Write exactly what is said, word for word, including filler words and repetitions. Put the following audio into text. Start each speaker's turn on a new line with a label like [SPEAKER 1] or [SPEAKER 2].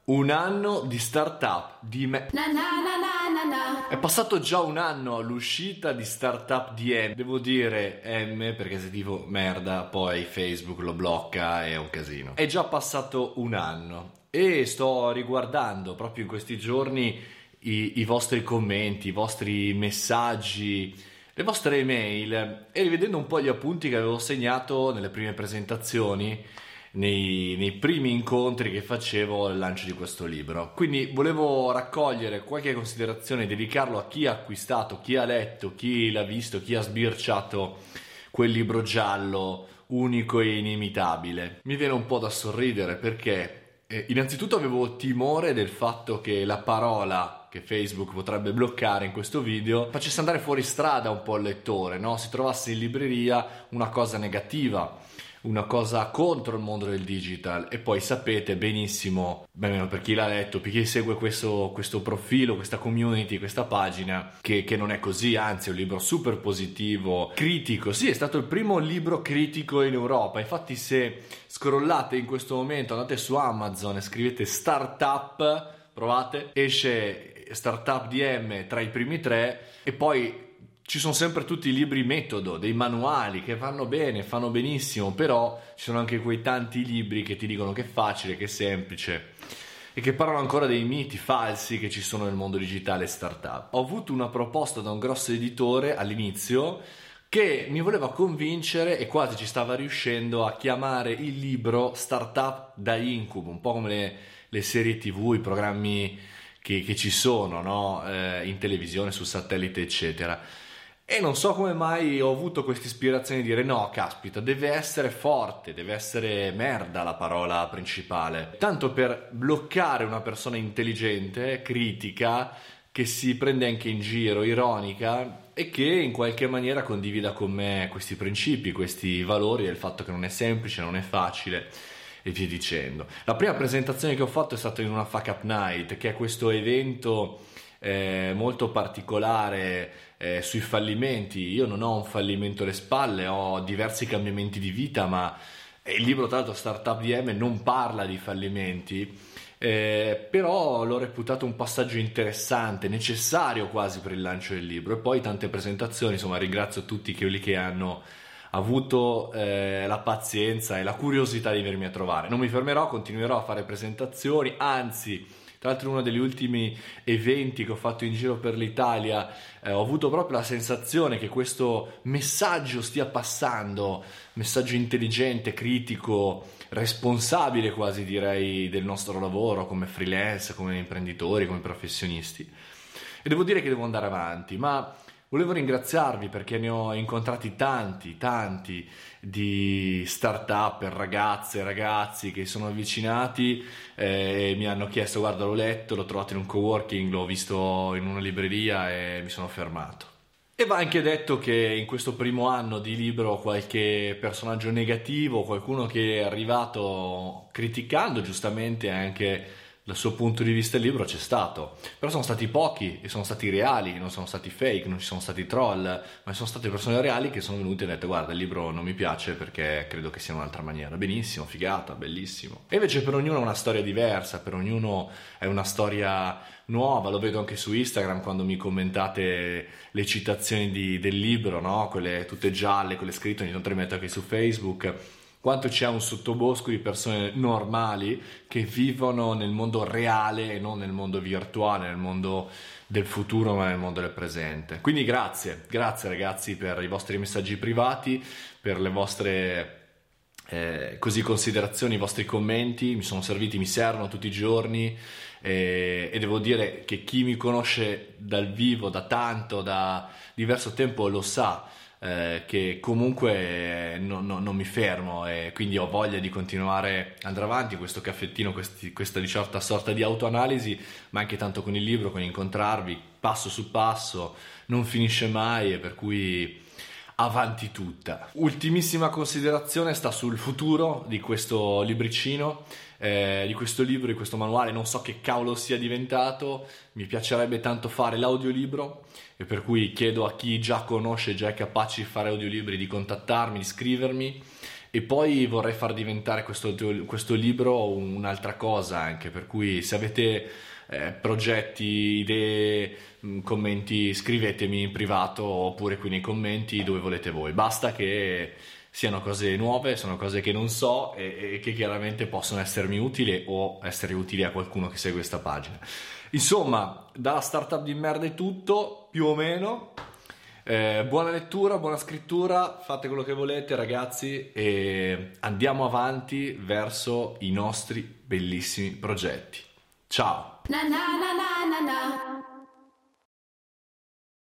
[SPEAKER 1] Un anno di startup di me.
[SPEAKER 2] Na na na na na na.
[SPEAKER 1] È passato già un anno all'uscita di Startup di M. Devo dire M perché se tipo merda poi Facebook lo blocca, è un casino. È già passato un anno e sto riguardando proprio in questi giorni i, i vostri commenti, i vostri messaggi, le vostre email e rivedendo un po' gli appunti che avevo segnato nelle prime presentazioni, Nei, nei primi incontri che facevo al lancio di questo libro. Quindi volevo raccogliere qualche considerazione e dedicarlo a chi ha acquistato, chi ha letto, chi l'ha visto, chi ha sbirciato quel libro giallo unico e inimitabile. Mi viene un po' da sorridere perché eh, innanzitutto avevo timore del fatto che la parola che Facebook potrebbe bloccare in questo video facesse andare fuori strada un po' il lettore, no? Si trovasse in libreria una cosa negativa, una cosa contro il mondo del digital. E poi sapete benissimo, beh, per chi l'ha letto, per chi segue questo, questo profilo, questa community, questa pagina, che, che non è così, anzi è un libro super positivo, critico. Sì, è stato il primo libro critico in Europa. Infatti se scrollate in questo momento, andate su Amazon e scrivete startup, provate, esce Startup di M tra i primi tre e poi ci sono sempre tutti i libri metodo, dei manuali che vanno bene, fanno benissimo, però ci sono anche quei tanti libri che ti dicono che è facile, che è semplice e che parlano ancora dei miti falsi che ci sono nel mondo digitale e startup. Ho avuto una proposta da un grosso editore all'inizio che mi voleva convincere e quasi ci stava riuscendo a chiamare il libro Startup da Incubo, un po' come le, le serie tv, i programmi che, che ci sono, no? eh, in televisione, sul satellite eccetera. E non so come mai ho avuto questa ispirazione di dire no, caspita, deve essere forte, deve essere merda la parola principale, tanto per bloccare una persona intelligente, critica, che si prende anche in giro, ironica e che in qualche maniera condivida con me questi principi, questi valori, del fatto che non è semplice, non è facile e via dicendo. La prima presentazione che ho fatto è stata in una Fuck Up Night, che è questo evento eh, molto particolare eh, sui fallimenti. Io non ho un fallimento alle spalle, ho diversi cambiamenti di vita, ma il libro tra l'altro Startup di M non parla di fallimenti, eh, però l'ho reputato un passaggio interessante, necessario quasi per il lancio del libro. E poi tante presentazioni, insomma ringrazio tutti quelli che hanno avuto eh, la pazienza e la curiosità di venirmi a trovare. Non mi fermerò, continuerò a fare presentazioni, anzi tra l'altro uno degli ultimi eventi che ho fatto in giro per l'Italia eh, ho avuto proprio la sensazione che questo messaggio stia passando, messaggio intelligente, critico, responsabile quasi direi del nostro lavoro come freelance, come imprenditori, come professionisti. E devo dire che devo andare avanti, ma volevo ringraziarvi perché ne ho incontrati tanti, tanti di start-up, ragazze e ragazzi che sono avvicinati eh, e mi hanno chiesto guarda l'ho letto, l'ho trovato in un coworking, l'ho visto in una libreria e mi sono fermato. E va anche detto che in questo primo anno di libro qualche personaggio negativo, qualcuno che è arrivato criticando giustamente anche dal suo punto di vista il libro c'è stato, però sono stati pochi e sono stati reali, non sono stati fake, non ci sono stati troll, ma sono state persone reali che sono venute e hanno detto guarda il libro non mi piace perché credo che sia in un'altra maniera. Benissimo, figata, bellissimo. E invece per ognuno è una storia diversa, per ognuno è una storia nuova. Lo vedo anche su Instagram quando mi commentate le citazioni di, del libro, no? Quelle tutte gialle, quelle scritte, ogni tanto le metto anche su Facebook. Quanto c'è un sottobosco di persone normali che vivono nel mondo reale e non nel mondo virtuale, nel mondo del futuro ma nel mondo del presente. Quindi grazie, grazie ragazzi per i vostri messaggi privati, per le vostre eh, così considerazioni, i vostri commenti, mi sono serviti, mi servono tutti i giorni eh, e devo dire che chi mi conosce dal vivo da tanto, da diverso tempo lo sa. Eh, che comunque non, non, non mi fermo e quindi ho voglia di continuare ad andare avanti questo caffettino, questi, questa di certa sorta di autoanalisi, ma anche tanto con il libro, con incontrarvi passo su passo, non finisce mai e per cui avanti tutta. Ultimissima considerazione sta sul futuro di questo libricino, eh, di questo libro, di questo manuale. Non so che cavolo sia diventato, mi piacerebbe tanto fare l'audiolibro e per cui chiedo a chi già conosce, già è capace di fare audiolibri di contattarmi, di scrivermi E poi vorrei far diventare questo, questo libro un'altra cosa anche, per cui se avete eh, progetti, idee, mh, commenti, scrivetemi in privato oppure qui nei commenti dove volete voi. Basta che siano cose nuove, sono cose che non so e, e che chiaramente possono essermi utili o essere utili a qualcuno che segue questa pagina. Insomma, dalla startup di merda è tutto, più o meno. Eh, buona lettura, buona scrittura, fate quello che volete ragazzi e andiamo avanti verso i nostri bellissimi progetti. Ciao!
[SPEAKER 2] Na na na na na na.